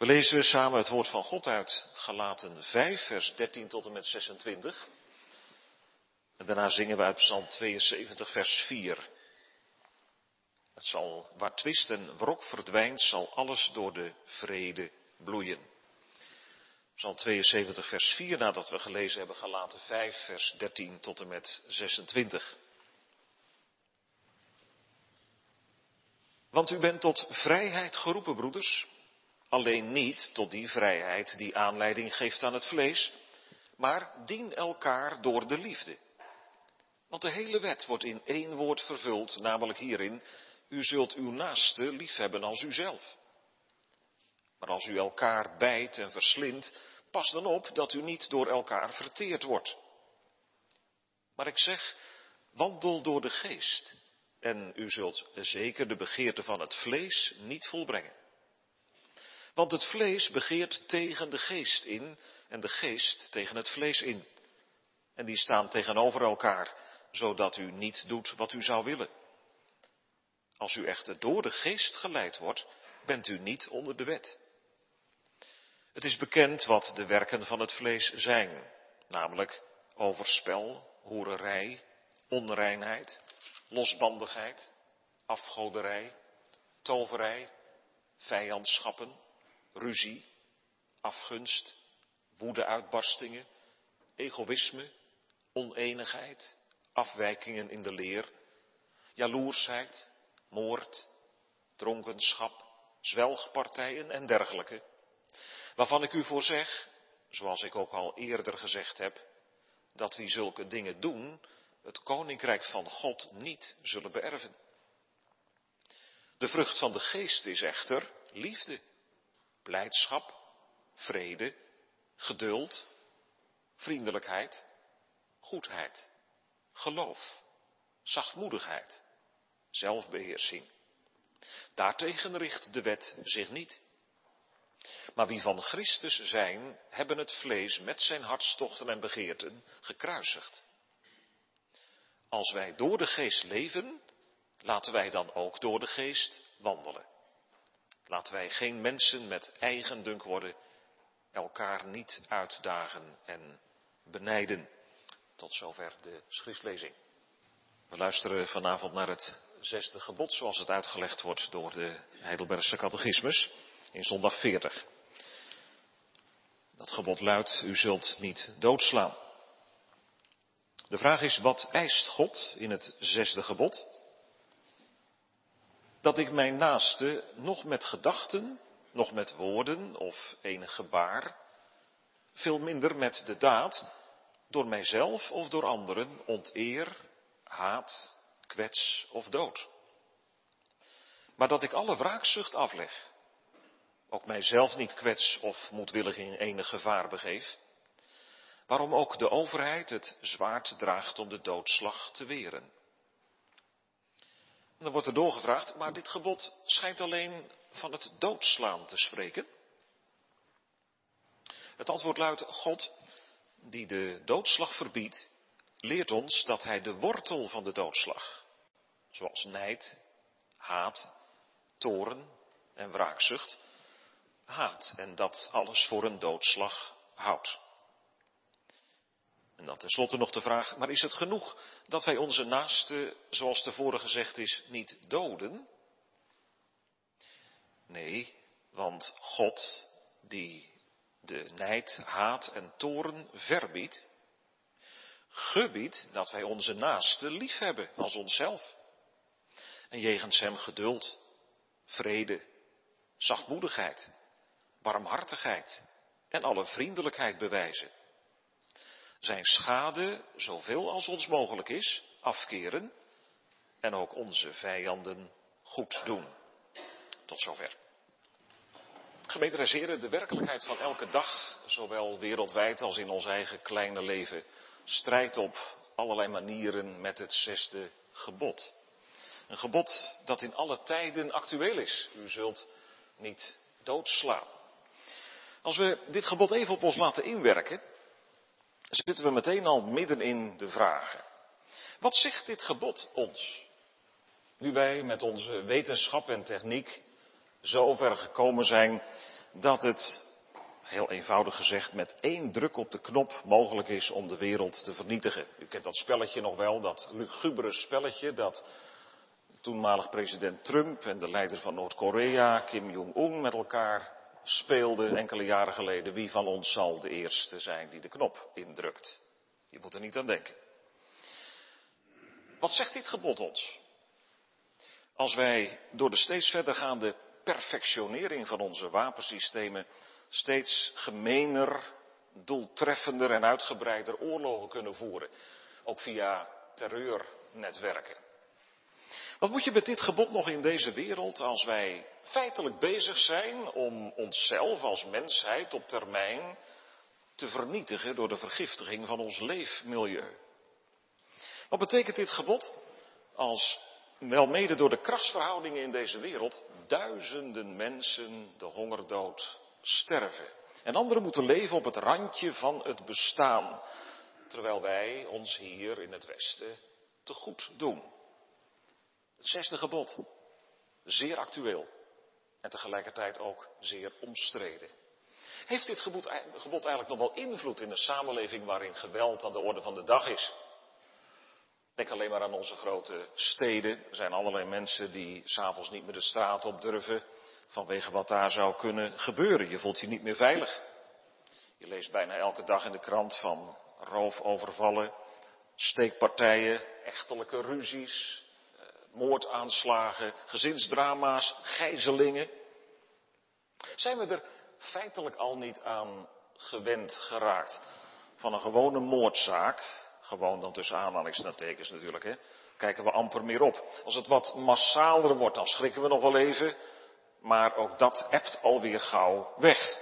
We lezen samen het woord van God uit Galaten 5, vers 13 tot en met 26. En daarna zingen we uit Psalm 72, vers 4. Het zal, waar twist en wrok verdwijnt, zal alles door de vrede bloeien. Psalm 72, vers 4, nadat we gelezen hebben Galaten 5, vers 13 tot en met 26. Want u bent tot vrijheid geroepen, broeders. Alleen niet tot die vrijheid die aanleiding geeft aan het vlees, maar dien elkaar door de liefde. Want de hele wet wordt in één woord vervuld, namelijk hierin: u zult uw naaste liefhebben als uzelf. Maar als u elkaar bijt en verslindt, pas dan op dat u niet door elkaar verteerd wordt. Maar ik zeg, wandel door de geest, en u zult zeker de begeerte van het vlees niet volbrengen. Want het vlees begeert tegen de geest in en de geest tegen het vlees in. En die staan tegenover elkaar, zodat u niet doet wat u zou willen. Als u echter door de geest geleid wordt, bent u niet onder de wet. Het is bekend wat de werken van het vlees zijn, namelijk overspel, hoererij, onreinheid, losbandigheid, afgoderij, toverij, vijandschappen, ruzie, afgunst, woedeuitbarstingen, egoïsme, oneenigheid, afwijkingen in de leer, jaloersheid, moord, dronkenschap, zwelgpartijen en dergelijke, waarvan ik u voor zeg, zoals ik ook al eerder gezegd heb, dat wie zulke dingen doen, het koninkrijk van God niet zullen beërven. De vrucht van de geest is echter liefde, blijdschap, vrede, geduld, vriendelijkheid, goedheid, geloof, zachtmoedigheid, zelfbeheersing. Daartegen richt de wet zich niet. Maar wie van Christus zijn, hebben het vlees met zijn hartstochten en begeerten gekruisigd. Als wij door de geest leven, laten wij dan ook door de geest wandelen. Laten wij geen mensen met eigendunk worden, elkaar niet uitdagen en benijden. Tot zover de schriftlezing. We luisteren vanavond naar het 6e gebod, zoals het uitgelegd wordt door de Heidelbergse catechismus in zondag 40. Dat gebod luidt, u zult niet doodslaan. De vraag is, wat eist God in het 6e gebod? Dat ik mijn naaste nog met gedachten, nog met woorden of enig gebaar, veel minder met de daad, door mijzelf of door anderen onteer, haat, kwets of dood. Maar dat ik alle wraakzucht afleg, ook mijzelf niet kwets of moedwillig in enig gevaar begeef, waarom ook de overheid het zwaard draagt om de doodslag te weren. En dan wordt er doorgevraagd, maar dit gebod schijnt alleen van het doodslaan te spreken. Het antwoord luidt, God, die de doodslag verbiedt, leert ons dat hij de wortel van de doodslag, zoals nijd, haat, toorn en wraakzucht, haat en dat alles voor een doodslag houdt. En dan tenslotte nog de vraag, maar is het genoeg dat wij onze naaste, zoals tevoren gezegd is, niet doden? Nee, want God, die de nijd, haat en toorn verbiedt, gebiedt dat wij onze naaste lief hebben als onszelf. En jegens hem geduld, vrede, zachtmoedigheid, barmhartigheid en alle vriendelijkheid bewijzen. Zijn schade, zoveel als ons mogelijk is, afkeren en ook onze vijanden goed doen. Tot zover. Gemeente, de werkelijkheid van elke dag, zowel wereldwijd als in ons eigen kleine leven, strijdt op allerlei manieren met het 6e gebod. Een gebod dat in alle tijden actueel is. U zult niet doodslaan. Als we dit gebod even op ons laten inwerken, zitten we meteen al midden in de vragen. Wat zegt dit gebod ons? Nu wij met onze wetenschap en techniek zo ver gekomen zijn dat het, heel eenvoudig gezegd, met 1 druk op de knop mogelijk is om de wereld te vernietigen. U kent dat spelletje nog wel, dat lugubere spelletje dat toenmalig president Trump en de leider van Noord-Korea, Kim Jong-un, met elkaar speelden enkele jaren geleden. Wie van ons zal de eerste zijn die de knop indrukt? Je moet er niet aan denken. Wat zegt dit gebod ons? Als wij door de steeds verdergaande perfectionering van onze wapensystemen steeds gemener, doeltreffender en uitgebreider oorlogen kunnen voeren. Ook via terreurnetwerken. Wat moet je met dit gebod nog in deze wereld als wij feitelijk bezig zijn om onszelf als mensheid op termijn te vernietigen door de vergiftiging van ons leefmilieu? Wat betekent dit gebod als wel mede door de krachtsverhoudingen in deze wereld duizenden mensen de hongerdood sterven en anderen moeten leven op het randje van het bestaan, terwijl wij ons hier in het Westen te goed doen? Het 6e gebod, zeer actueel en tegelijkertijd ook zeer omstreden. Heeft dit gebod eigenlijk nog wel invloed in een samenleving waarin geweld aan de orde van de dag is? Denk alleen maar aan onze grote steden. Er zijn allerlei mensen die 's avonds niet meer de straat op durven vanwege wat daar zou kunnen gebeuren. Je voelt je niet meer veilig. Je leest bijna elke dag in de krant van roofovervallen, steekpartijen, echtelijke ruzies, moordaanslagen, gezinsdrama's, gijzelingen. Zijn we er feitelijk al niet aan gewend geraakt? Van een gewone moordzaak, gewoon dan tussen aanhalingstekens natuurlijk, hè, kijken we amper meer op. Als het wat massaler wordt, dan schrikken we nog wel even, maar ook dat ebt alweer gauw weg.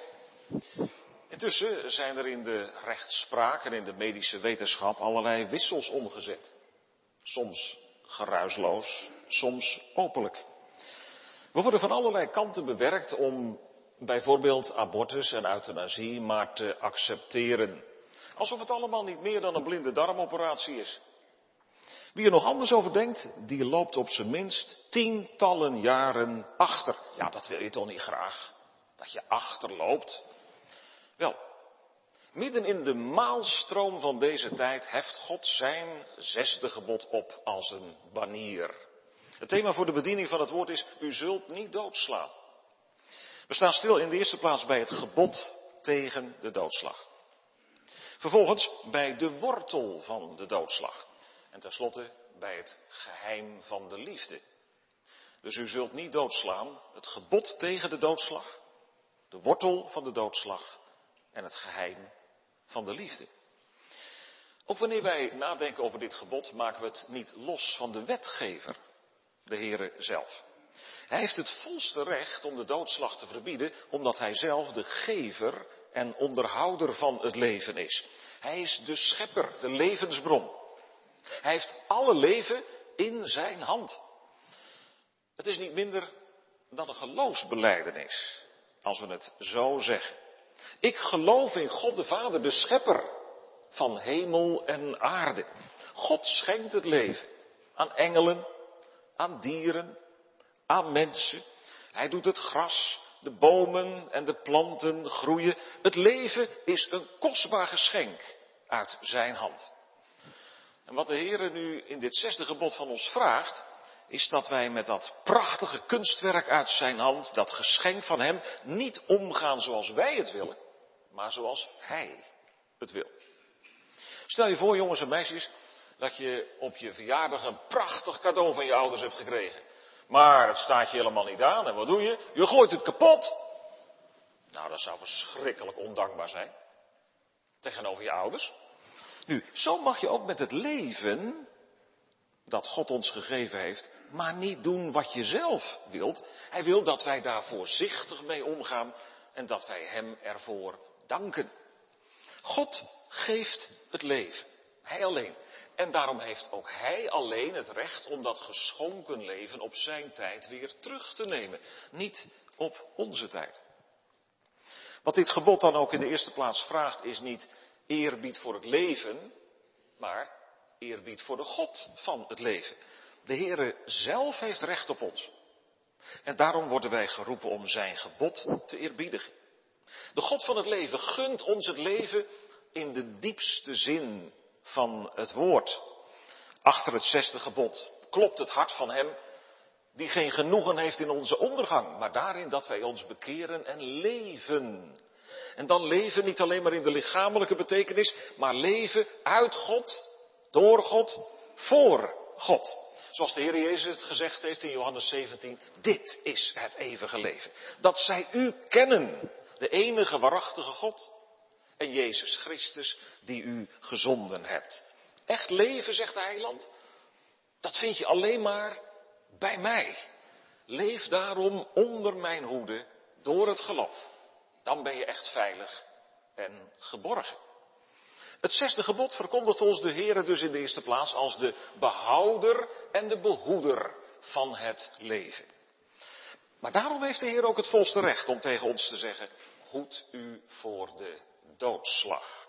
Intussen zijn er in de rechtspraak en in de medische wetenschap allerlei wissels omgezet. Soms geruisloos, soms openlijk. We worden van allerlei kanten bewerkt om bijvoorbeeld abortus en euthanasie maar te accepteren. Alsof het allemaal niet meer dan een blinde darmoperatie is. Wie er nog anders over denkt, die loopt op zijn minst tientallen jaren achter. Ja, dat wil je toch niet graag? Dat je achterloopt? Wel, midden in de maalstroom van deze tijd heft God zijn 6e gebod op als een banier. Het thema voor de bediening van het woord is, u zult niet doodslaan. We staan stil in de eerste plaats bij het gebod tegen de doodslag. Vervolgens bij de wortel van de doodslag. En tenslotte bij het geheim van de liefde. Dus u zult niet doodslaan, het gebod tegen de doodslag, de wortel van de doodslag en het geheim van de liefde. Ook wanneer wij nadenken over dit gebod, maken we het niet los van de wetgever, de Heere zelf. Hij heeft het volste recht om de doodslag te verbieden, omdat hij zelf de gever en onderhouder van het leven is. Hij is de schepper, de levensbron. Hij heeft alle leven in zijn hand. Het is niet minder dan een geloofsbelijdenis, als we het zo zeggen. Ik geloof in God de Vader, de schepper van hemel en aarde. God schenkt het leven aan engelen, aan dieren, aan mensen. Hij doet het gras, de bomen en de planten groeien. Het leven is een kostbaar geschenk uit zijn hand. En wat de Heere nu in dit 6e gebod van ons vraagt, is dat wij met dat prachtige kunstwerk uit zijn hand, dat geschenk van hem, niet omgaan zoals wij het willen, maar zoals hij het wil. Stel je voor, jongens en meisjes, dat je op je verjaardag een prachtig cadeau van je ouders hebt gekregen. Maar het staat je helemaal niet aan. En wat doe je? Je gooit het kapot. Nou, dat zou verschrikkelijk ondankbaar zijn. Tegenover je ouders. Nu, zo mag je ook met het leven dat God ons gegeven heeft, maar niet doen wat je zelf wilt. Hij wil dat wij daar voorzichtig mee omgaan en dat wij hem ervoor danken. God geeft het leven. Hij alleen. En daarom heeft ook hij alleen het recht om dat geschonken leven op zijn tijd weer terug te nemen. Niet op onze tijd. Wat dit gebod dan ook in de eerste plaats vraagt, is niet eerbied voor het leven, maar eerbied voor de God van het leven. De Heere zelf heeft recht op ons. En daarom worden wij geroepen om zijn gebod te eerbiedigen. De God van het leven gunt ons het leven in de diepste zin van het woord. Achter het 6e gebod klopt het hart van hem die geen genoegen heeft in onze ondergang, maar daarin dat wij ons bekeren en leven. En dan leven niet alleen maar in de lichamelijke betekenis, maar leven uit God, door God, voor God. Zoals de Heer Jezus het gezegd heeft in Johannes 17, dit is het eeuwige leven. Dat zij u kennen, de enige waarachtige God en Jezus Christus die u gezonden hebt. Echt leven, zegt de Heiland, dat vind je alleen maar bij mij. Leef daarom onder mijn hoede door het geloof. Dan ben je echt veilig en geborgen. Het 6e gebod verkondigt ons de Heere dus in de eerste plaats als de behouder en de behoeder van het leven. Maar daarom heeft de Heer ook het volste recht om tegen ons te zeggen, hoed u voor de doodslag.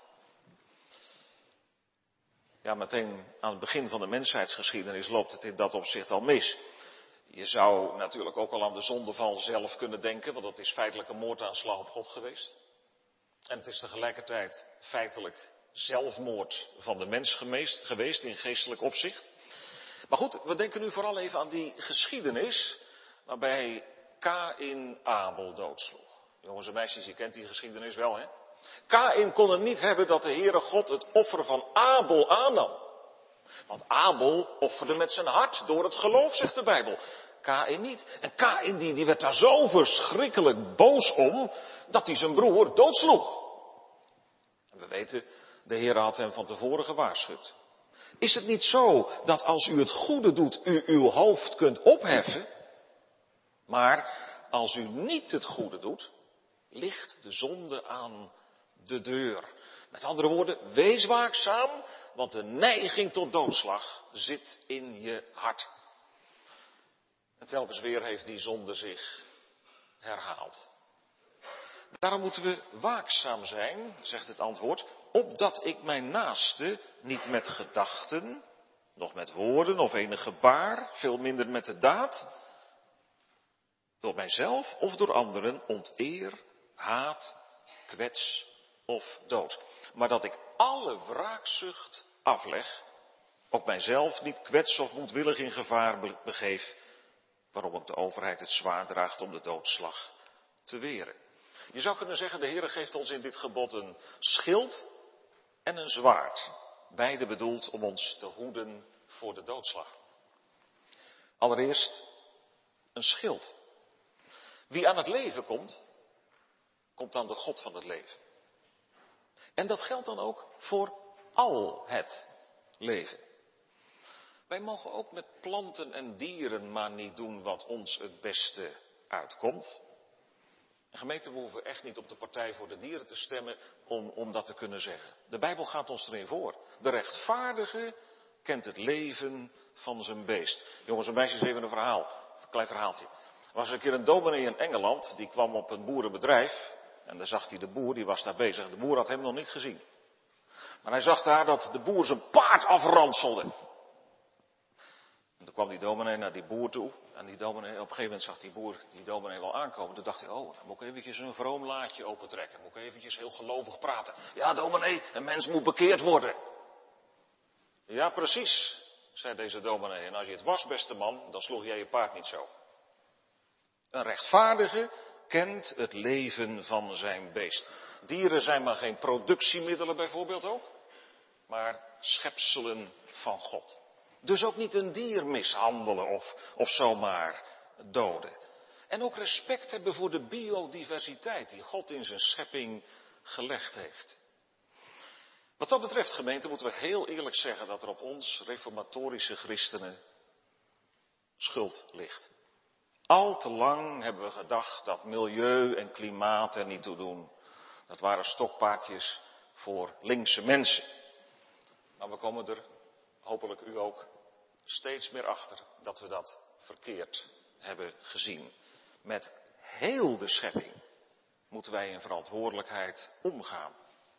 Ja, meteen aan het begin van de mensheidsgeschiedenis loopt het in dat opzicht al mis. Je zou natuurlijk ook al aan de zondeval zelf kunnen denken, want dat is feitelijk een moordaanslag op God geweest. En het is tegelijkertijd feitelijk zelfmoord van de mens geweest in geestelijk opzicht. Maar goed, we denken nu vooral even aan die geschiedenis waarbij Kaïn Abel doodsloeg. Jongens en meisjes, je kent die geschiedenis wel, hè? Kaïn kon het niet hebben dat de Heere God het offer van Abel aannam. Want Abel offerde met zijn hart door het geloof, zegt de Bijbel. Kaïn niet. En Kaïn die werd daar zo verschrikkelijk boos om, dat hij zijn broer doodsloeg. En we weten, de Heer had hem van tevoren gewaarschuwd. Is het niet zo dat als u het goede doet, u uw hoofd kunt opheffen? Maar als u niet het goede doet, ligt de zonde aan de deur. Met andere woorden, wees waakzaam, want de neiging tot doodslag zit in je hart. En telkens weer heeft die zonde zich herhaald. Daarom moeten we waakzaam zijn, zegt het antwoord, opdat ik mijn naaste niet met gedachten, nog met woorden of enig gebaar, veel minder met de daad, door mijzelf of door anderen onteer, haat, kwets of dood. Maar dat ik alle wraakzucht afleg, ook mijzelf niet kwets of moedwillig in gevaar begeef, waarom ook de overheid het zwaard draagt om de doodslag te weren. Je zou kunnen zeggen, de Heere geeft ons in dit gebod een schild en een zwaard. Beide bedoeld om ons te hoeden voor de doodslag. Allereerst een schild. Wie aan het leven komt, komt aan de God van het leven. En dat geldt dan ook voor al het leven. Wij mogen ook met planten en dieren maar niet doen wat ons het beste uitkomt. En gemeente, we hoeven echt niet op de Partij voor de Dieren te stemmen om dat te kunnen zeggen. De Bijbel gaat ons erin voor. De rechtvaardige kent het leven van zijn beest. Jongens en meisjes, even een klein verhaaltje. Er was een keer een dominee in Engeland, die kwam op een boerenbedrijf. En daar zag hij de boer, die was daar bezig. De boer had hem nog niet gezien. Maar hij zag daar dat de boer zijn paard afranselde. En toen kwam die dominee naar die boer toe. En die dominee, op een gegeven moment zag die boer die dominee wel aankomen. Toen dacht hij, dan moet ik eventjes een vroom laadje opentrekken. Dan moet ik eventjes heel gelovig praten. Ja, dominee, een mens moet bekeerd worden. Ja, precies, zei deze dominee. En als je het was, beste man, dan sloeg jij je paard niet zo. Een rechtvaardige kent het leven van zijn beest. Dieren zijn maar geen productiemiddelen bijvoorbeeld ook, maar schepselen van God. Dus ook niet een dier mishandelen of zomaar doden. En ook respect hebben voor de biodiversiteit die God in zijn schepping gelegd heeft. Wat dat betreft, gemeente, moeten we heel eerlijk zeggen dat er op ons, reformatorische christenen, schuld ligt. Al te lang hebben we gedacht dat milieu en klimaat er niet toe doen. Dat waren stokpaardjes voor linkse mensen. Maar we komen er, hopelijk u ook, steeds meer achter dat we dat verkeerd hebben gezien. Met heel de schepping moeten wij in verantwoordelijkheid omgaan.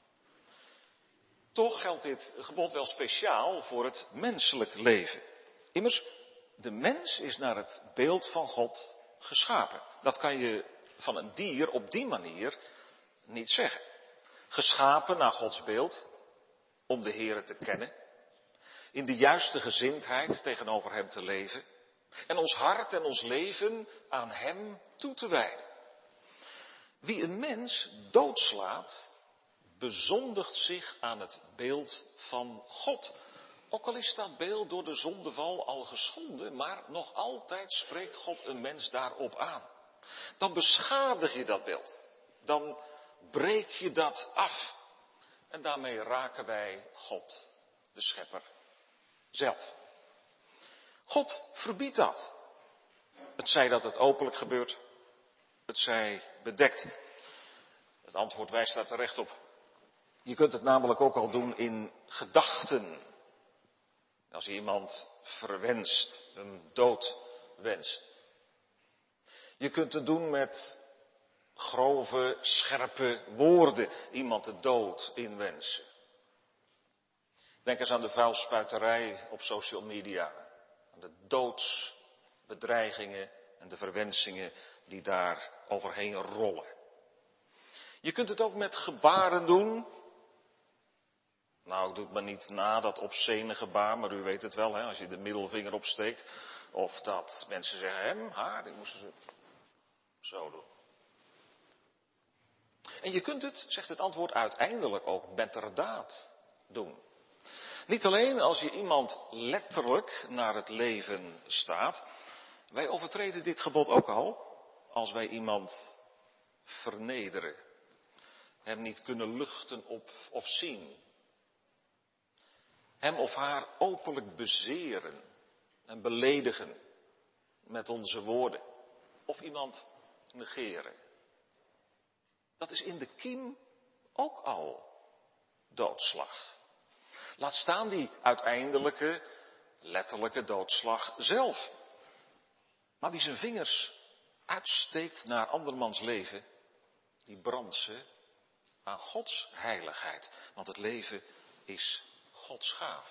Toch geldt dit gebod wel speciaal voor het menselijk leven. Immers, de mens is naar het beeld van God geschapen. Dat kan je van een dier op die manier niet zeggen. Geschapen naar Gods beeld, om de Heere te kennen, in de juiste gezindheid tegenover Hem te leven en ons hart en ons leven aan Hem toe te wijden. Wie een mens doodslaat, bezondigt zich aan het beeld van God. Ook al is dat beeld door de zondeval al geschonden, maar nog altijd spreekt God een mens daarop aan. Dan beschadig je dat beeld. Dan breek je dat af. En daarmee raken wij God, de Schepper, zelf. God verbiedt dat. Het zij dat het openlijk gebeurt, het zij bedekt. Het antwoord wijst daar terecht op. Je kunt het namelijk ook al doen in gedachten. Als je iemand verwenst, een dood wenst. Je kunt het doen met grove, scherpe woorden, iemand de dood inwensen. Denk eens aan de vuilspuiterij op social media, aan de doodsbedreigingen en de verwensingen die daar overheen rollen. Je kunt het ook met gebaren doen. Nou, ik doe het maar niet na, dat obscene gebaar, maar u weet het wel, hè, als je de middelvinger opsteekt. Of dat mensen zeggen, hem, haar, die moesten ze zo doen. En je kunt het, zegt het antwoord, uiteindelijk ook metterdaad doen. Niet alleen als je iemand letterlijk naar het leven staat. Wij overtreden dit gebod ook al als wij iemand vernederen. Hem niet kunnen luchten op of zien. Hem of haar openlijk bezeren en beledigen met onze woorden. Of iemand negeren. Dat is in de kiem ook al doodslag. Laat staan die uiteindelijke, letterlijke doodslag zelf. Maar wie zijn vingers uitsteekt naar andermans leven, die brandt ze aan Gods heiligheid. Want het leven is Gods gave.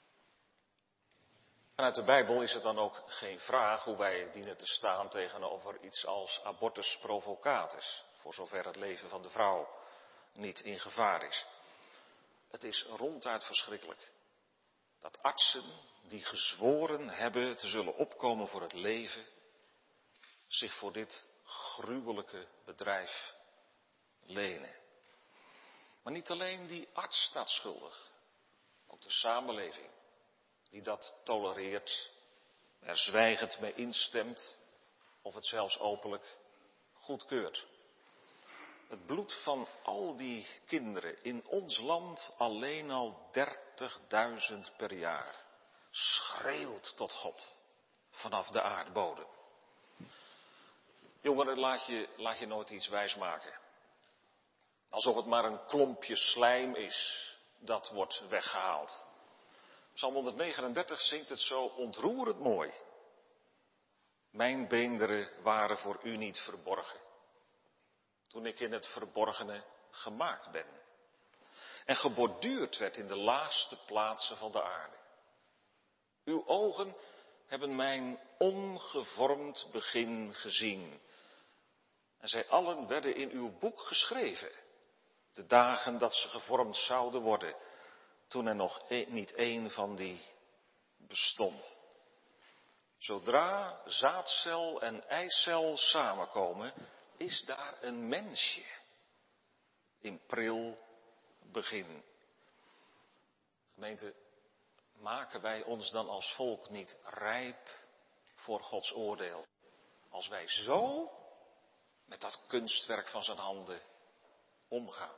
Vanuit de Bijbel is het dan ook geen vraag hoe wij dienen te staan tegenover iets als abortus provocatus. Voor zover het leven van de vrouw niet in gevaar is. Het is ronduit verschrikkelijk dat artsen die gezworen hebben te zullen opkomen voor het leven, zich voor dit gruwelijke bedrijf lenen. Maar niet alleen die arts staat schuldig, ook de samenleving die dat tolereert, er zwijgend mee instemt of het zelfs openlijk goedkeurt. Het bloed van al die kinderen in ons land alleen al 30.000 per jaar schreeuwt tot God vanaf de aardbodem. Jongeren, laat je nooit iets wijsmaken. Alsof het maar een klompje slijm is dat wordt weggehaald. Psalm 139 zingt het zo ontroerend mooi. Mijn beenderen waren voor u niet verborgen, toen ik in het verborgene gemaakt ben. En geborduurd werd in de laagste plaatsen van de aarde. Uw ogen hebben mijn ongevormd begin gezien. En zij allen werden in uw boek geschreven. De dagen dat ze gevormd zouden worden, toen er nog niet één van die bestond. Zodra zaadcel en eicel samenkomen, is daar een mensje in pril begin. Gemeente, maken wij ons dan als volk niet rijp voor Gods oordeel? Als wij zo met dat kunstwerk van zijn handen omgaan.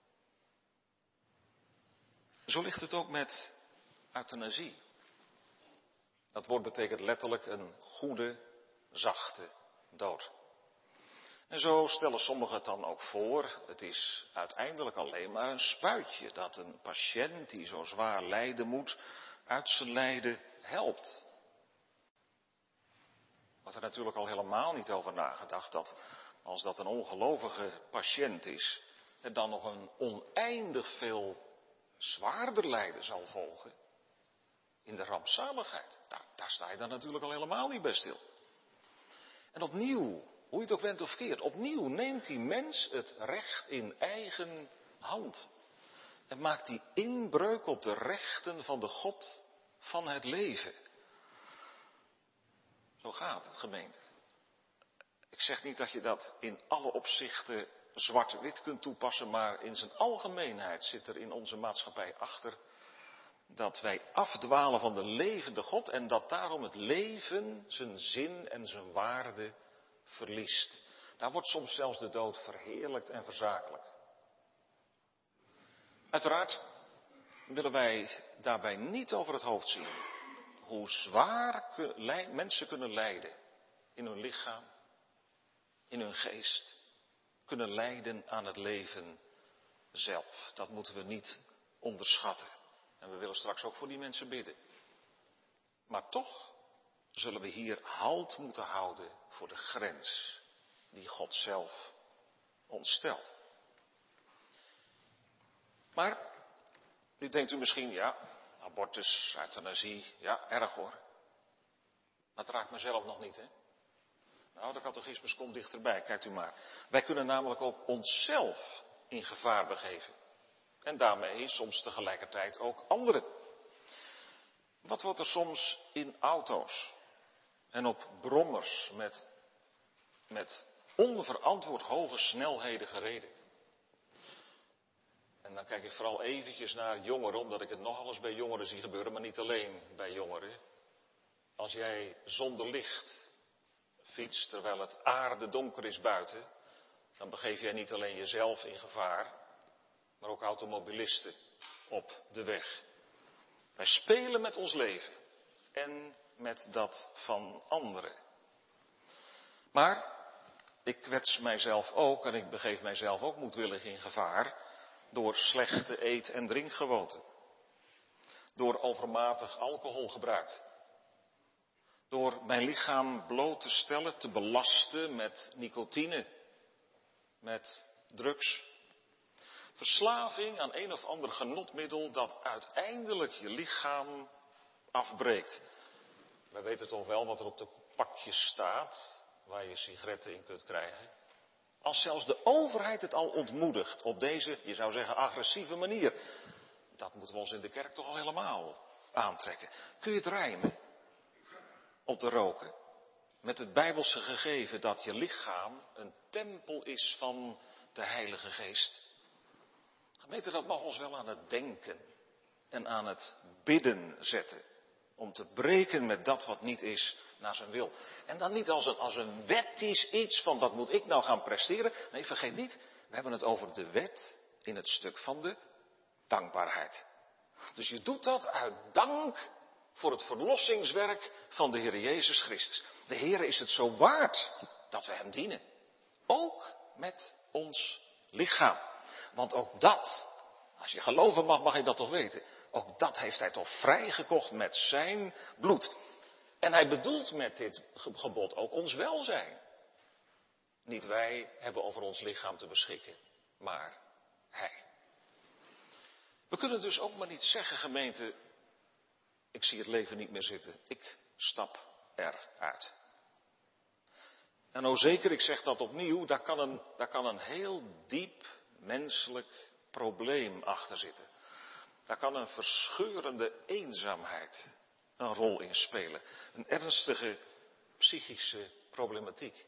Zo ligt het ook met euthanasie. Dat woord betekent letterlijk een goede, zachte dood. En zo stellen sommigen het dan ook voor. Het is uiteindelijk alleen maar een spuitje dat een patiënt die zo zwaar lijden moet, uit zijn lijden helpt. Wordt er natuurlijk al helemaal niet over nagedacht dat als dat een ongelovige patiënt is, er dan nog een oneindig veel zwaarder lijden zal volgen in de rampzaligheid. Daar sta je dan natuurlijk al helemaal niet bij stil. En opnieuw Hoe je het ook went of keert. Opnieuw neemt die mens het recht in eigen hand. En maakt die inbreuk op de rechten van de God van het leven. Zo gaat het, gemeente. Ik zeg niet dat je dat in alle opzichten zwart-wit kunt toepassen, maar in zijn algemeenheid zit er in onze maatschappij achter dat wij afdwalen van de levende God en dat daarom het leven zijn zin en zijn waarde verliest. Daar wordt soms zelfs de dood verheerlijkt en verzakelijkt. Uiteraard willen wij daarbij niet over het hoofd zien hoe zwaar mensen kunnen lijden in hun lichaam, in hun geest, kunnen lijden aan het leven zelf. Dat moeten we niet onderschatten. En we willen straks ook voor die mensen bidden. Maar toch zullen we hier halt moeten houden voor de grens die God zelf ons stelt. Maar, nu denkt u misschien, ja, abortus, euthanasie, ja, erg hoor. Dat raakt mezelf nog niet, hè. Nou, de catechismus komt dichterbij, kijkt u maar. Wij kunnen namelijk ook onszelf in gevaar begeven. En daarmee soms tegelijkertijd ook anderen. Wat wordt er soms in auto's en op brommers met onverantwoord hoge snelheden gereden? En dan kijk ik vooral eventjes naar jongeren, omdat ik het nogal eens bij jongeren zie gebeuren, maar niet alleen bij jongeren. Als jij zonder licht fietst terwijl het aardedonker is buiten, dan begeef jij niet alleen jezelf in gevaar, maar ook automobilisten op de weg. Wij spelen met ons leven en met dat van anderen. Maar ik kwets mijzelf ook en ik begeef mijzelf ook moedwillig in gevaar door slechte eet- en drinkgewoonten. Door overmatig alcoholgebruik. Door mijn lichaam bloot te stellen, te belasten met nicotine, met drugs. Verslaving aan een of ander genotmiddel dat uiteindelijk je lichaam afbreekt. Wij weten toch wel wat er op de pakjes staat, waar je sigaretten in kunt krijgen. Als zelfs de overheid het al ontmoedigt op deze, je zou zeggen, agressieve manier. Dat moeten we ons in de kerk toch al helemaal aantrekken. Kun je het rijmen op de roken? Met het Bijbelse gegeven dat je lichaam een tempel is van de Heilige Geest. Gemeente, dat mag ons wel aan het denken en aan het bidden zetten. Om te breken met dat wat niet is naar zijn wil. En dan niet als een wettisch iets van wat moet ik nou gaan presteren. Nee, vergeet niet, we hebben het over de wet in het stuk van de dankbaarheid. Dus je doet dat uit dank voor het verlossingswerk van de Heer Jezus Christus. De Heer is het zo waard dat we hem dienen. Ook met ons lichaam. Want ook dat, als je geloven mag, mag je dat toch weten. Ook dat heeft hij toch vrijgekocht met zijn bloed. En hij bedoelt met dit gebod ook ons welzijn. Niet wij hebben over ons lichaam te beschikken, maar hij. We kunnen dus ook maar niet zeggen, gemeente, ik zie het leven niet meer zitten, ik stap eruit. En o zeker, ik zeg dat opnieuw, daar kan een heel diep menselijk probleem achter zitten. Daar kan een verscheurende eenzaamheid een rol in spelen. Een ernstige psychische problematiek.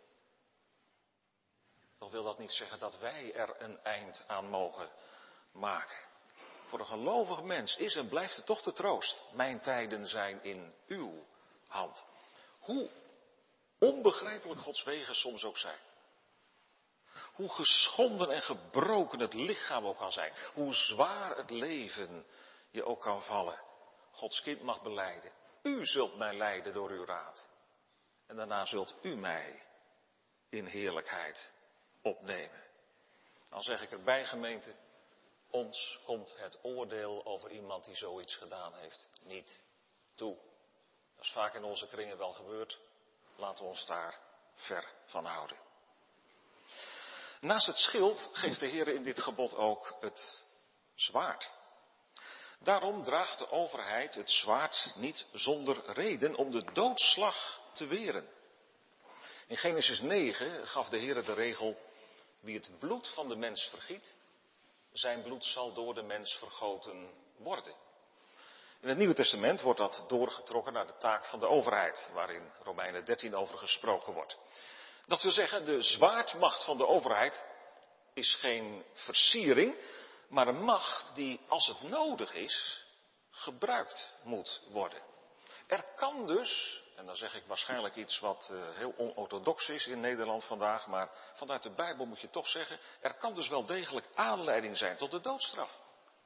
Toch wil dat niet zeggen dat wij er een eind aan mogen maken. Voor een gelovig mens is en blijft het toch de troost. Mijn tijden zijn in uw hand. Hoe onbegrijpelijk Gods wegen soms ook zijn. Hoe geschonden en gebroken het lichaam ook kan zijn. Hoe zwaar het leven je ook kan vallen. Gods kind mag belijden. U zult mij leiden door uw raad. En daarna zult u mij in heerlijkheid opnemen. Dan zeg ik erbij, gemeente, ons komt het oordeel over iemand die zoiets gedaan heeft niet toe. Dat is vaak in onze kringen wel gebeurd. Laten we ons daar ver van houden. Naast het schild geeft de Heer in dit gebod ook het zwaard. Daarom draagt de overheid het zwaard niet zonder reden om de doodslag te weren. In Genesis 9 gaf de Heer de regel: wie het bloed van de mens vergiet, zijn bloed zal door de mens vergoten worden. In het Nieuwe Testament wordt dat doorgetrokken naar de taak van de overheid, waarin Romeinen 13 over gesproken wordt. Dat wil zeggen, de zwaardmacht van de overheid is geen versiering, maar een macht die, als het nodig is, gebruikt moet worden. Er kan dus, en dan zeg ik waarschijnlijk iets wat heel onorthodox is in Nederland vandaag, maar vanuit de Bijbel moet je toch zeggen, er kan dus wel degelijk aanleiding zijn tot de doodstraf.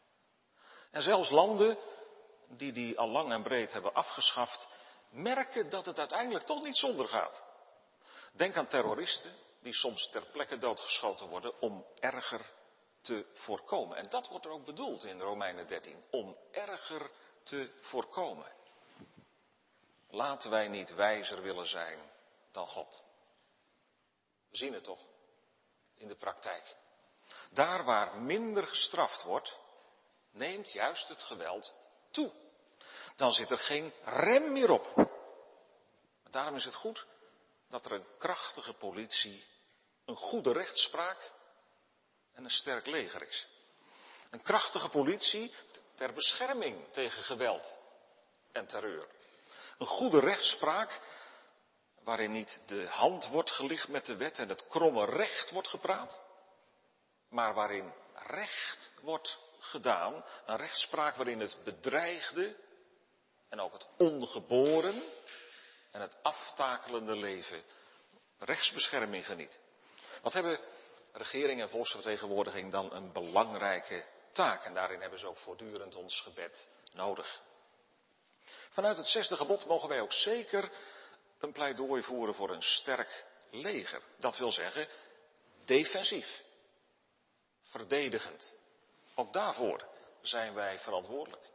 En zelfs landen die al lang en breed hebben afgeschaft, merken dat het uiteindelijk toch niet zonder gaat. Denk aan terroristen die soms ter plekke doodgeschoten worden om erger te voorkomen. En dat wordt er ook bedoeld in Romeinen 13, om erger te voorkomen. Laten wij niet wijzer willen zijn dan God. We zien het toch in de praktijk. Daar waar minder gestraft wordt, neemt juist het geweld toe. Dan zit er geen rem meer op. Daarom is het goed dat er een krachtige politie, een goede rechtspraak en een sterk leger is. Een krachtige politie ter bescherming tegen geweld en terreur. Een goede rechtspraak waarin niet de hand wordt gelicht met de wet en het kromme recht wordt gepraat, maar waarin recht wordt gedaan. Een rechtspraak waarin het bedreigde en ook het ongeboren en het aftakelende leven rechtsbescherming geniet. Wat hebben regering en volksvertegenwoordiging dan een belangrijke taak? En daarin hebben ze ook voortdurend ons gebed nodig. Vanuit het 6e gebod mogen wij ook zeker een pleidooi voeren voor een sterk leger. Dat wil zeggen, defensief, verdedigend. Ook daarvoor zijn wij verantwoordelijk.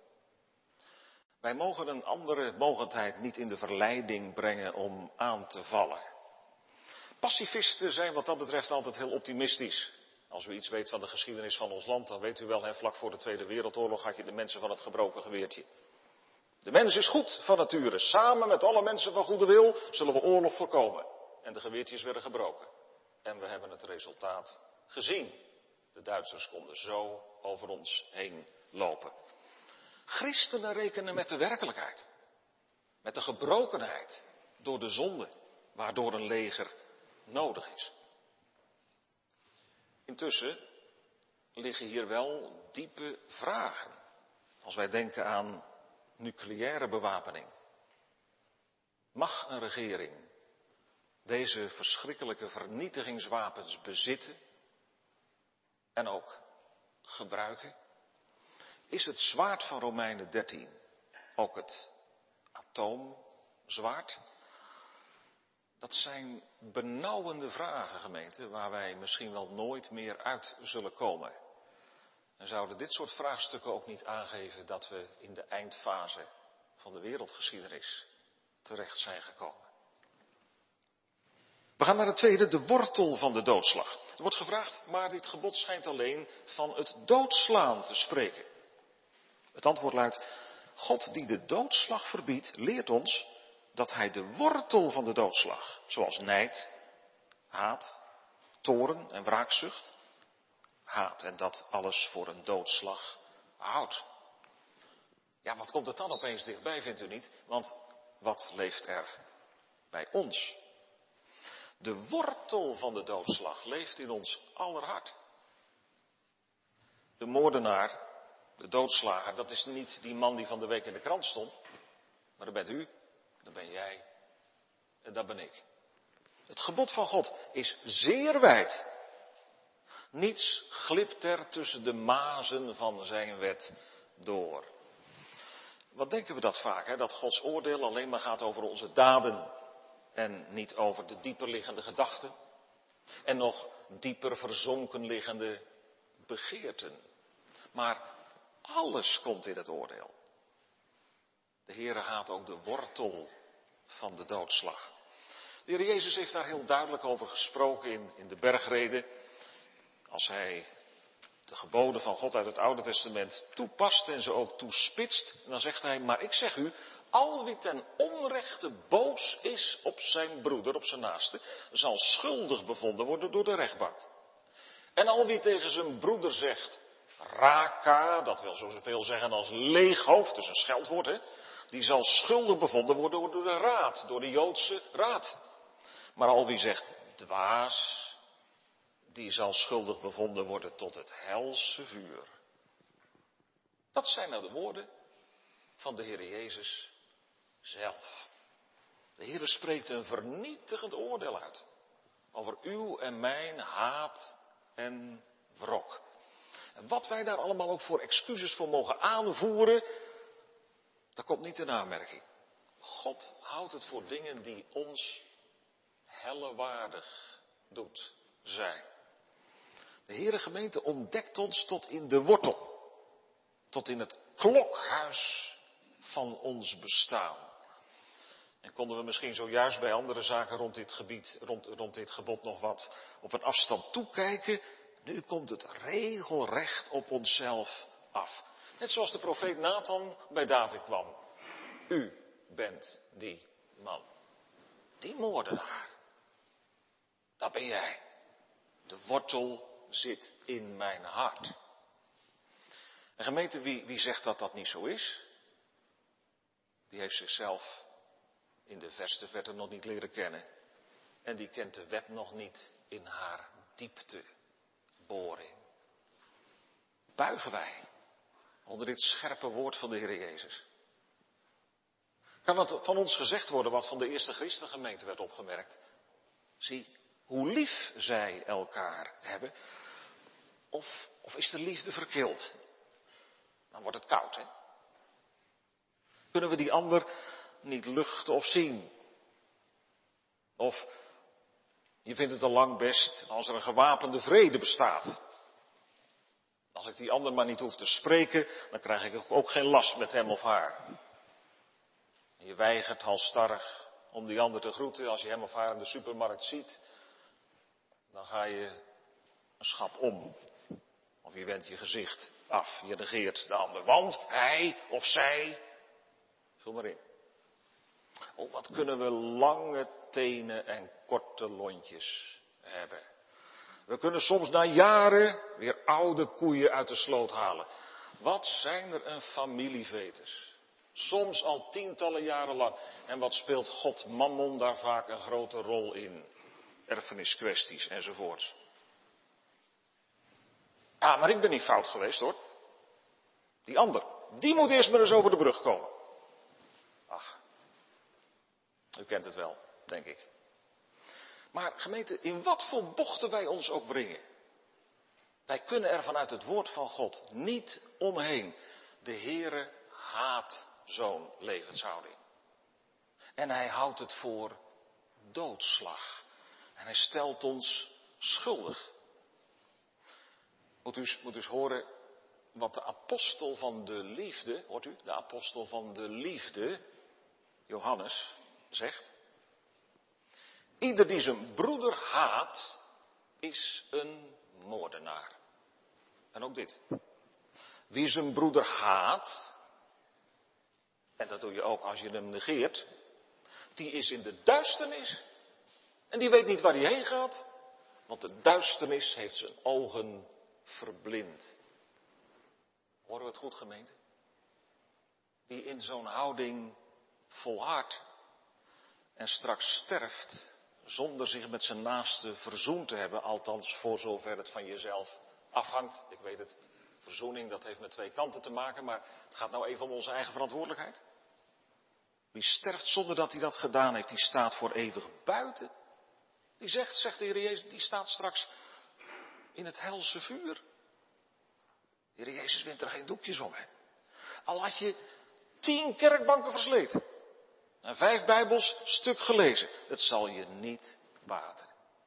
Wij mogen een andere mogendheid niet in de verleiding brengen om aan te vallen. Pacifisten zijn wat dat betreft altijd heel optimistisch. Als u iets weet van de geschiedenis van ons land, dan weet u wel, vlak voor de Tweede Wereldoorlog had je de mensen van het gebroken geweertje. De mens is goed van nature. Samen met alle mensen van goede wil zullen we oorlog voorkomen. En de geweertjes werden gebroken. En we hebben het resultaat gezien. De Duitsers konden zo over ons heen lopen. Christenen rekenen met de werkelijkheid. Met de gebrokenheid door de zonde, waardoor een leger nodig is. Intussen liggen hier wel diepe vragen. Als wij denken aan nucleaire bewapening. Mag een regering deze verschrikkelijke vernietigingswapens bezitten en ook gebruiken? Is het zwaard van Romeinen 13 ook het atoomzwaard? Dat zijn benauwende vragen, gemeente, waar wij misschien wel nooit meer uit zullen komen. En zouden dit soort vraagstukken ook niet aangeven dat we in de eindfase van de wereldgeschiedenis terecht zijn gekomen? We gaan naar het tweede, de wortel van de doodslag. Er wordt gevraagd, maar dit gebod schijnt alleen van het doodslaan te spreken. Het antwoord luidt, God die de doodslag verbiedt, leert ons dat hij de wortel van de doodslag, zoals nijd, haat, toorn en wraakzucht, haat en dat alles voor een doodslag houdt. Ja, wat komt het dan opeens dichtbij, vindt u niet? Want wat leeft er bij ons? De wortel van de doodslag leeft in ons aller hart. De moordenaar, de doodslager, dat is niet die man die van de week in de krant stond. Maar dat bent u, dat ben jij en dat ben ik. Het gebod van God is zeer wijd. Niets glipt er tussen de mazen van zijn wet door. Wat denken we dat vaak, hè? Dat Gods oordeel alleen maar gaat over onze daden en niet over de dieper liggende gedachten en nog dieper verzonken liggende begeerten. Maar alles komt in het oordeel. De Heere haat ook de wortel van de doodslag. De Heer Jezus heeft daar heel duidelijk over gesproken in de bergrede. Als hij de geboden van God uit het Oude Testament toepast en ze ook toespitst, dan zegt hij, maar ik zeg u, Al wie ten onrechte boos is op zijn broeder, op zijn naaste, zal schuldig bevonden worden door de rechtbank. En al wie tegen zijn broeder zegt, raka, dat wil zo zoveel zeggen als leeghoofd, dus een scheldwoord, hè, die zal schuldig bevonden worden door de raad, door de Joodse raad. Maar al wie zegt dwaas, die zal schuldig bevonden worden tot het helse vuur. Dat zijn nou de woorden van de Heer Jezus zelf. De Heer spreekt een vernietigend oordeel uit over uw en mijn haat en wrok. En wat wij daar allemaal ook voor excuses voor mogen aanvoeren, dat komt niet in aanmerking. God houdt het voor dingen die ons hellewaardig doet zijn. De Heere gemeente ontdekt ons tot in de wortel, tot in het klokhuis van ons bestaan. En konden we misschien zojuist bij andere zaken rond dit gebied, rond dit gebod nog wat op een afstand toekijken. Nu komt het regelrecht op onszelf af. Net zoals de profeet Nathan bij David kwam. U bent die man. Die moordenaar. Dat ben jij. De wortel zit in mijn hart. En gemeente, wie zegt dat dat niet zo is? Die heeft zichzelf in de verste verte nog niet leren kennen. En die kent de wet nog niet in haar diepteboring. Buigen wij onder dit scherpe woord van de Heer Jezus. Kan het van ons gezegd worden wat van de eerste christengemeente werd opgemerkt? Zie, hoe lief zij elkaar hebben. Of is de liefde verkild? Dan wordt het koud, hè? Kunnen we die ander niet luchten of zien? Of je vindt het al lang best als er een gewapende vrede bestaat. Als ik die ander maar niet hoef te spreken, dan krijg ik ook geen last met hem of haar. Je weigert halsstarrig om die ander te groeten als je hem of haar in de supermarkt ziet. Dan ga je een schap om. Of je wendt je gezicht af. Je negeert de ander. Want hij of zij. Vul maar in. Oh, wat kunnen we lange tenen en korte lontjes hebben. We kunnen soms na jaren weer oude koeien uit de sloot halen. Wat zijn er een familievetes. Soms al tientallen jaren lang. En wat speelt God Mammon daar vaak een grote rol in. Erfeniskwesties enzovoort. Ah, maar ik ben niet fout geweest hoor. Die ander, die moet eerst maar eens over de brug komen. Ach, u kent het wel, denk ik. Maar gemeente, in wat voor bochten wij ons ook brengen. Wij kunnen er vanuit het woord van God niet omheen. De Heere haat zo'n levenshouding. En hij houdt het voor doodslag. En hij stelt ons schuldig. Moet u eens horen wat de apostel van de liefde, hoort u, de apostel van de liefde, Johannes, zegt. Ieder die zijn broeder haat, is een moordenaar. En ook dit. Wie zijn broeder haat, en dat doe je ook als je hem negeert, die is in de duisternis. En die weet niet waar hij heen gaat, want de duisternis heeft zijn ogen verblind. Horen we het goed, gemeente? Wie in zo'n houding volhardt en straks sterft zonder zich met zijn naaste verzoend te hebben, althans voor zover het van jezelf afhangt. Ik weet het, verzoening dat heeft met twee kanten te maken, maar het gaat nou even om onze eigen verantwoordelijkheid. Wie sterft zonder dat hij dat gedaan heeft, die staat voor eeuwig buiten. Die zegt de Heer Jezus, die staat straks in het helse vuur. De Heer Jezus wint er geen doekjes om, hè. Al had je 10 kerkbanken versleten en 5 Bijbels stuk gelezen, het zal je niet baten.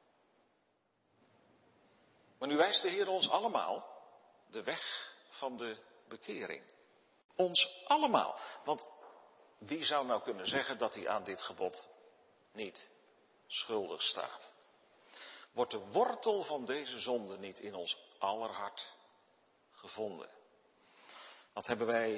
Maar nu wijst de Heer ons allemaal de weg van de bekering. Ons allemaal. Want wie zou nou kunnen zeggen dat hij aan dit gebod niet schuldig staat? Wordt de wortel van deze zonde niet in ons aller hart gevonden? Wat hebben wij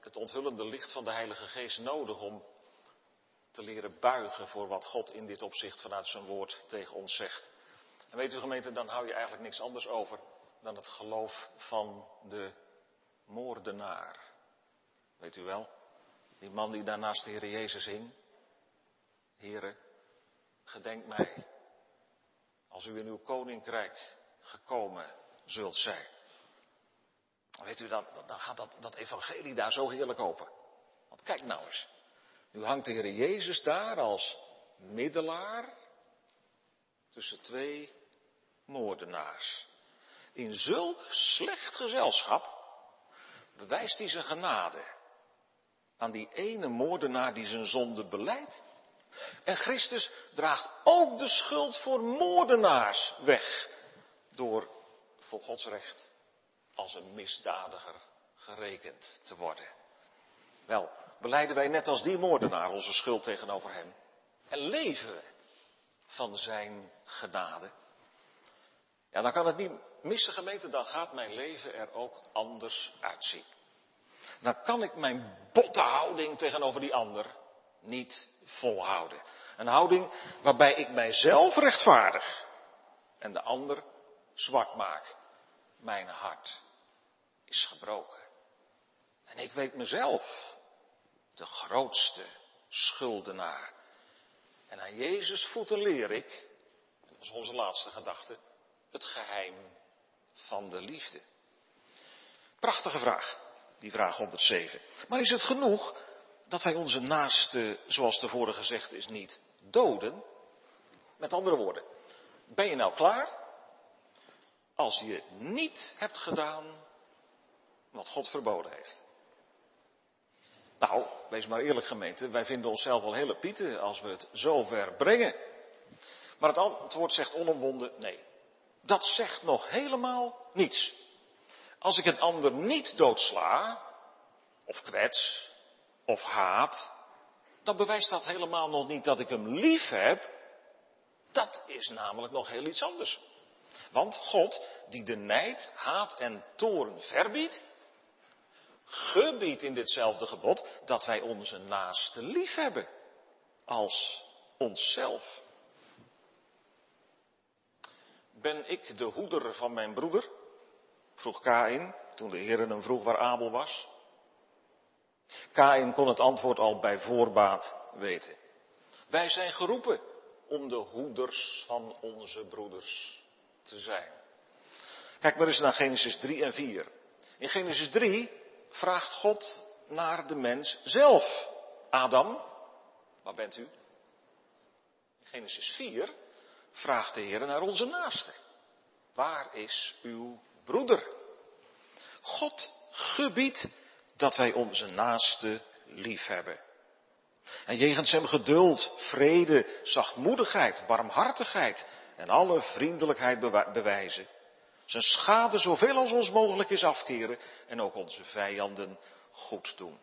het onthullende licht van de Heilige Geest nodig om te leren buigen voor wat God in dit opzicht vanuit zijn woord tegen ons zegt. En weet u gemeente, dan hou je eigenlijk niks anders over dan het geloof van de moordenaar. Weet u wel, die man die daar naast de Heer Jezus hing. Heere, gedenk mij, als u in uw koninkrijk gekomen zult zijn. Weet u, dan gaat dat evangelie daar zo heerlijk open. Want kijk nou eens, nu hangt de Heer Jezus daar als middelaar tussen twee moordenaars. In zulk slecht gezelschap bewijst hij zijn genade aan die ene moordenaar die zijn zonde belijdt. En Christus draagt ook de schuld voor moordenaars weg, door voor Gods recht als een misdadiger gerekend te worden. Wel, belijden wij net als die moordenaar onze schuld tegenover hem en leven we van zijn genade. Ja, dan kan het niet missen, gemeente, dan gaat mijn leven er ook anders uitzien. Dan kan ik mijn botte houding tegenover die ander niet volhouden. Een houding waarbij ik mijzelf rechtvaardig en de ander zwak maak. Mijn hart is gebroken. En ik weet mezelf de grootste schuldenaar. En aan Jezus voeten leer ik, en dat is onze laatste gedachte, het geheim van de liefde. Prachtige vraag, die vraag 107. Maar is het genoeg dat wij onze naaste, zoals tevoren gezegd is, niet doden? Met andere woorden, ben je nou klaar als je niet hebt gedaan wat God verboden heeft? Nou, wees maar eerlijk gemeente, wij vinden onszelf wel hele pieten als we het zover brengen. Maar het antwoord zegt onomwonden nee. Dat zegt nog helemaal niets. Als ik een ander niet doodsla, of kwets, of haat, dan bewijst dat helemaal nog niet dat ik hem lief heb. Dat is namelijk nog heel iets anders. Want God, die de nijd, haat en toorn verbiedt, gebiedt in ditzelfde gebod dat wij onze naaste lief hebben als onszelf. Ben ik de hoeder van mijn broeder? Vroeg Kaïn toen de Heer hem vroeg waar Abel was. Kaïn kon het antwoord al bij voorbaat weten. Wij zijn geroepen om de hoeders van onze broeders te zijn. Kijk maar eens naar Genesis 3 en 4. In Genesis 3 vraagt God naar de mens zelf. Adam, waar bent u? In Genesis 4 vraagt de Heer naar onze naaste. Waar is uw broeder? God gebiedt dat wij onze naaste lief hebben. En jegens hem geduld, vrede, zachtmoedigheid, barmhartigheid en alle vriendelijkheid bewijzen. Zijn schade zoveel als ons mogelijk is afkeren en ook onze vijanden goed doen.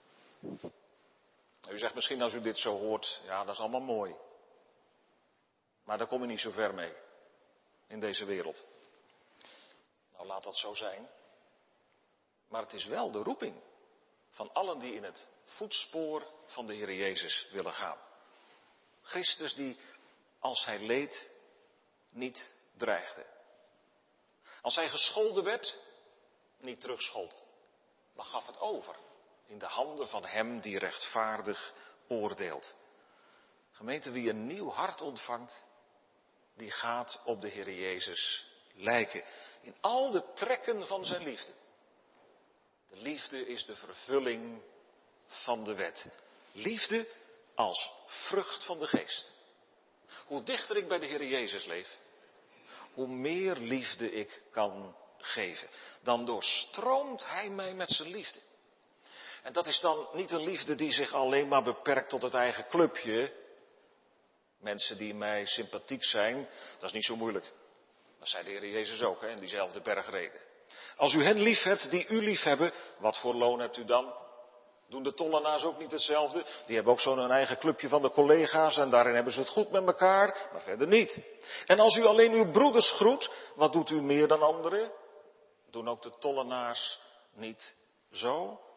U zegt misschien als u dit zo hoort, ja dat is allemaal mooi. Maar daar kom je niet zo ver mee in deze wereld. Nou laat dat zo zijn. Maar het is wel de roeping van allen die in het voetspoor van de Heer Jezus willen gaan. Christus die, als hij leed, niet dreigde. Als hij gescholden werd, niet terugschold, maar gaf het over in de handen van hem die rechtvaardig oordeelt. Gemeente, wie een nieuw hart ontvangt, die gaat op de Heer Jezus lijken. In al de trekken van zijn liefde. De liefde is de vervulling van de wet. Liefde als vrucht van de geest. Hoe dichter ik bij de Heer Jezus leef, hoe meer liefde ik kan geven. Dan doorstroomt hij mij met zijn liefde. En dat is dan niet een liefde die zich alleen maar beperkt tot het eigen clubje. Mensen die mij sympathiek zijn, dat is niet zo moeilijk. Dat zei de Heer Jezus ook, in diezelfde bergreden. Als u hen lief hebt die u lief hebben, wat voor loon hebt u dan? Doen de tollenaars ook niet hetzelfde? Die hebben ook zo'n eigen clubje van de collega's en daarin hebben ze het goed met elkaar, maar verder niet. En als u alleen uw broeders groet, wat doet u meer dan anderen? Doen ook de tollenaars niet zo?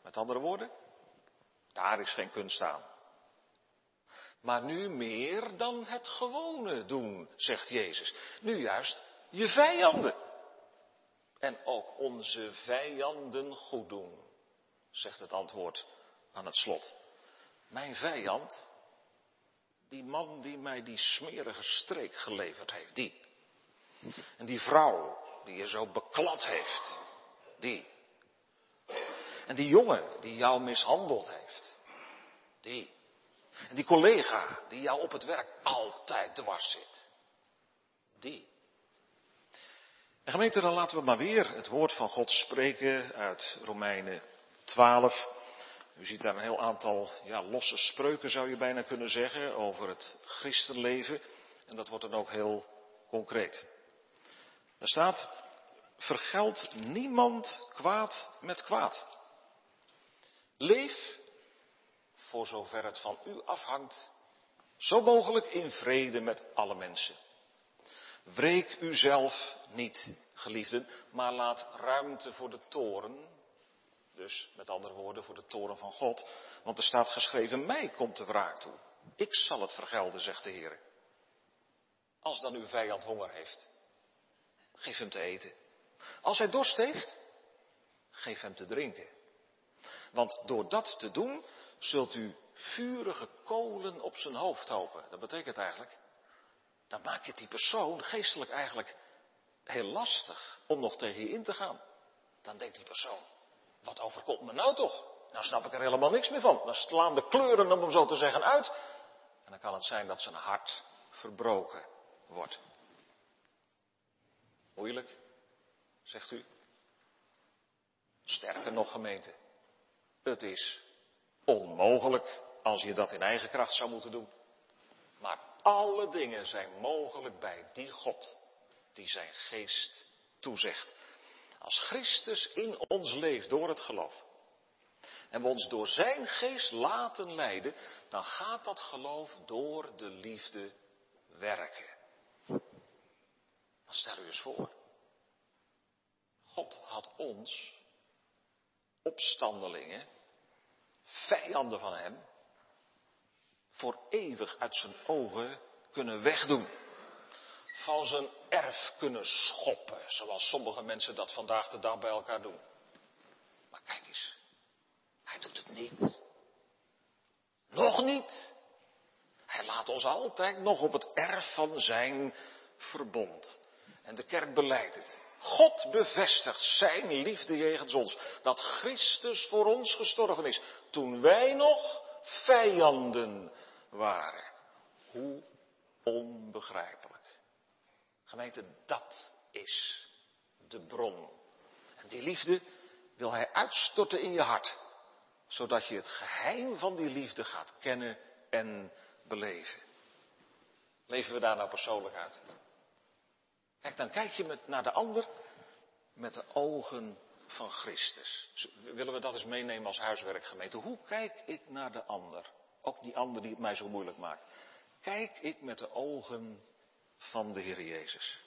Met andere woorden, daar is geen kunst aan. Maar nu meer dan het gewone doen, zegt Jezus. Nu juist je vijanden. En ook onze vijanden goed doen, zegt het antwoord aan het slot. Mijn vijand, die man die mij die smerige streek geleverd heeft, die. En die vrouw die je zo beklad heeft, die. En die jongen die jou mishandeld heeft, die. En die collega die jou op het werk altijd dwars zit, die. En gemeente, dan laten we maar weer het woord van God spreken uit Romeinen 12. U ziet daar een heel aantal losse spreuken, zou je bijna kunnen zeggen, over het christenleven. En dat wordt dan ook heel concreet. Daar staat, vergeld niemand kwaad met kwaad. Leef, voor zover het van u afhangt, zo mogelijk in vrede met alle mensen. Wreek uzelf niet, geliefden, maar laat ruimte voor de toorn. Dus, met andere woorden, voor de toorn van God. Want er staat geschreven, mij komt de wraak toe. Ik zal het vergelden, zegt de Heer. Als dan uw vijand honger heeft, geef hem te eten. Als hij dorst heeft, geef hem te drinken. Want door dat te doen, zult u vurige kolen op zijn hoofd hopen. Dat betekent eigenlijk, dan maak je die persoon geestelijk eigenlijk heel lastig om nog tegen je in te gaan. Dan denkt die persoon, wat overkomt me nou toch? Nou snap ik er helemaal niks meer van. Dan slaan de kleuren, om zo te zeggen, uit. En dan kan het zijn dat zijn hart verbroken wordt. Moeilijk, zegt u? Sterker nog, gemeente. Het is onmogelijk als je dat in eigen kracht zou moeten doen. Maar alle dingen zijn mogelijk bij die God die zijn geest toezegt. Als Christus in ons leeft door het geloof en we ons door zijn geest laten leiden, dan gaat dat geloof door de liefde werken. Stel u eens voor. God had ons, opstandelingen, vijanden van hem, voor eeuwig uit zijn ogen kunnen wegdoen. Van zijn erf kunnen schoppen, zoals sommige mensen dat vandaag de dag bij elkaar doen. Maar kijk eens, hij doet het niet. Nog niet. Hij laat ons altijd nog op het erf van zijn verbond. En de kerk belijdt het. God bevestigt zijn liefde jegens ons. Dat Christus voor ons gestorven is. Toen wij nog vijanden waren. Hoe onbegrijpelijk. Gemeente, dat is de bron. En die liefde wil hij uitstorten in je hart. Zodat je het geheim van die liefde gaat kennen en beleven. Leven we daar nou persoonlijk uit? Kijk, dan kijk je naar de ander met de ogen van Christus. Willen we dat eens meenemen als huiswerkgemeente? Hoe kijk ik naar de ander? Ook die ander die het mij zo moeilijk maakt. Kijk ik met de ogen van de Heer Jezus.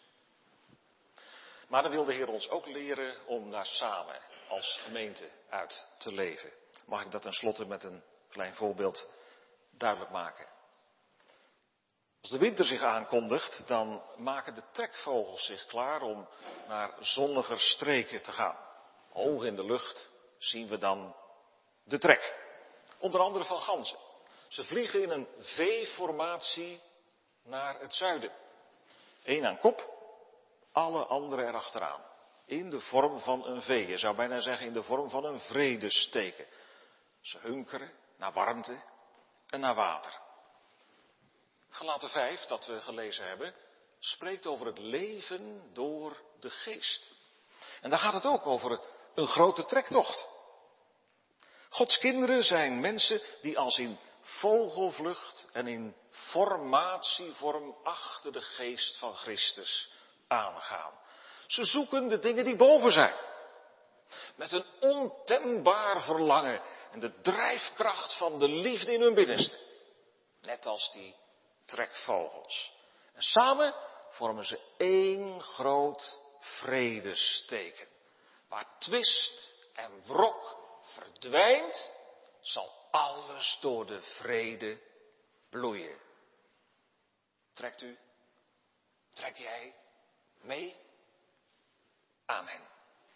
Maar dan wil de Heer ons ook leren om daar samen als gemeente uit te leven. Mag ik dat tenslotte met een klein voorbeeld duidelijk maken? Als de winter zich aankondigt, dan maken de trekvogels zich klaar om naar zonniger streken te gaan. Hoog in de lucht zien we dan de trek. Onder andere van ganzen. Ze vliegen in een V-formatie naar het zuiden. Eén aan kop, alle anderen erachteraan. In de vorm van een V. Je zou bijna zeggen in de vorm van een vredesteken. Ze hunkeren naar warmte en naar water. Galaten 5, dat we gelezen hebben, spreekt over het leven door de geest. En daar gaat het ook over een grote trektocht. Gods kinderen zijn mensen die als in vogelvlucht en in formatievorm achter de geest van Christus aangaan. Ze zoeken de dingen die boven zijn. Met een ontembaar verlangen en de drijfkracht van de liefde in hun binnenste. Net als die trekvogels. En samen vormen ze één groot vredesteken. Waar twist en wrok verdwijnt, zal alles door de vrede bloeien. Trek jij mee? Amen.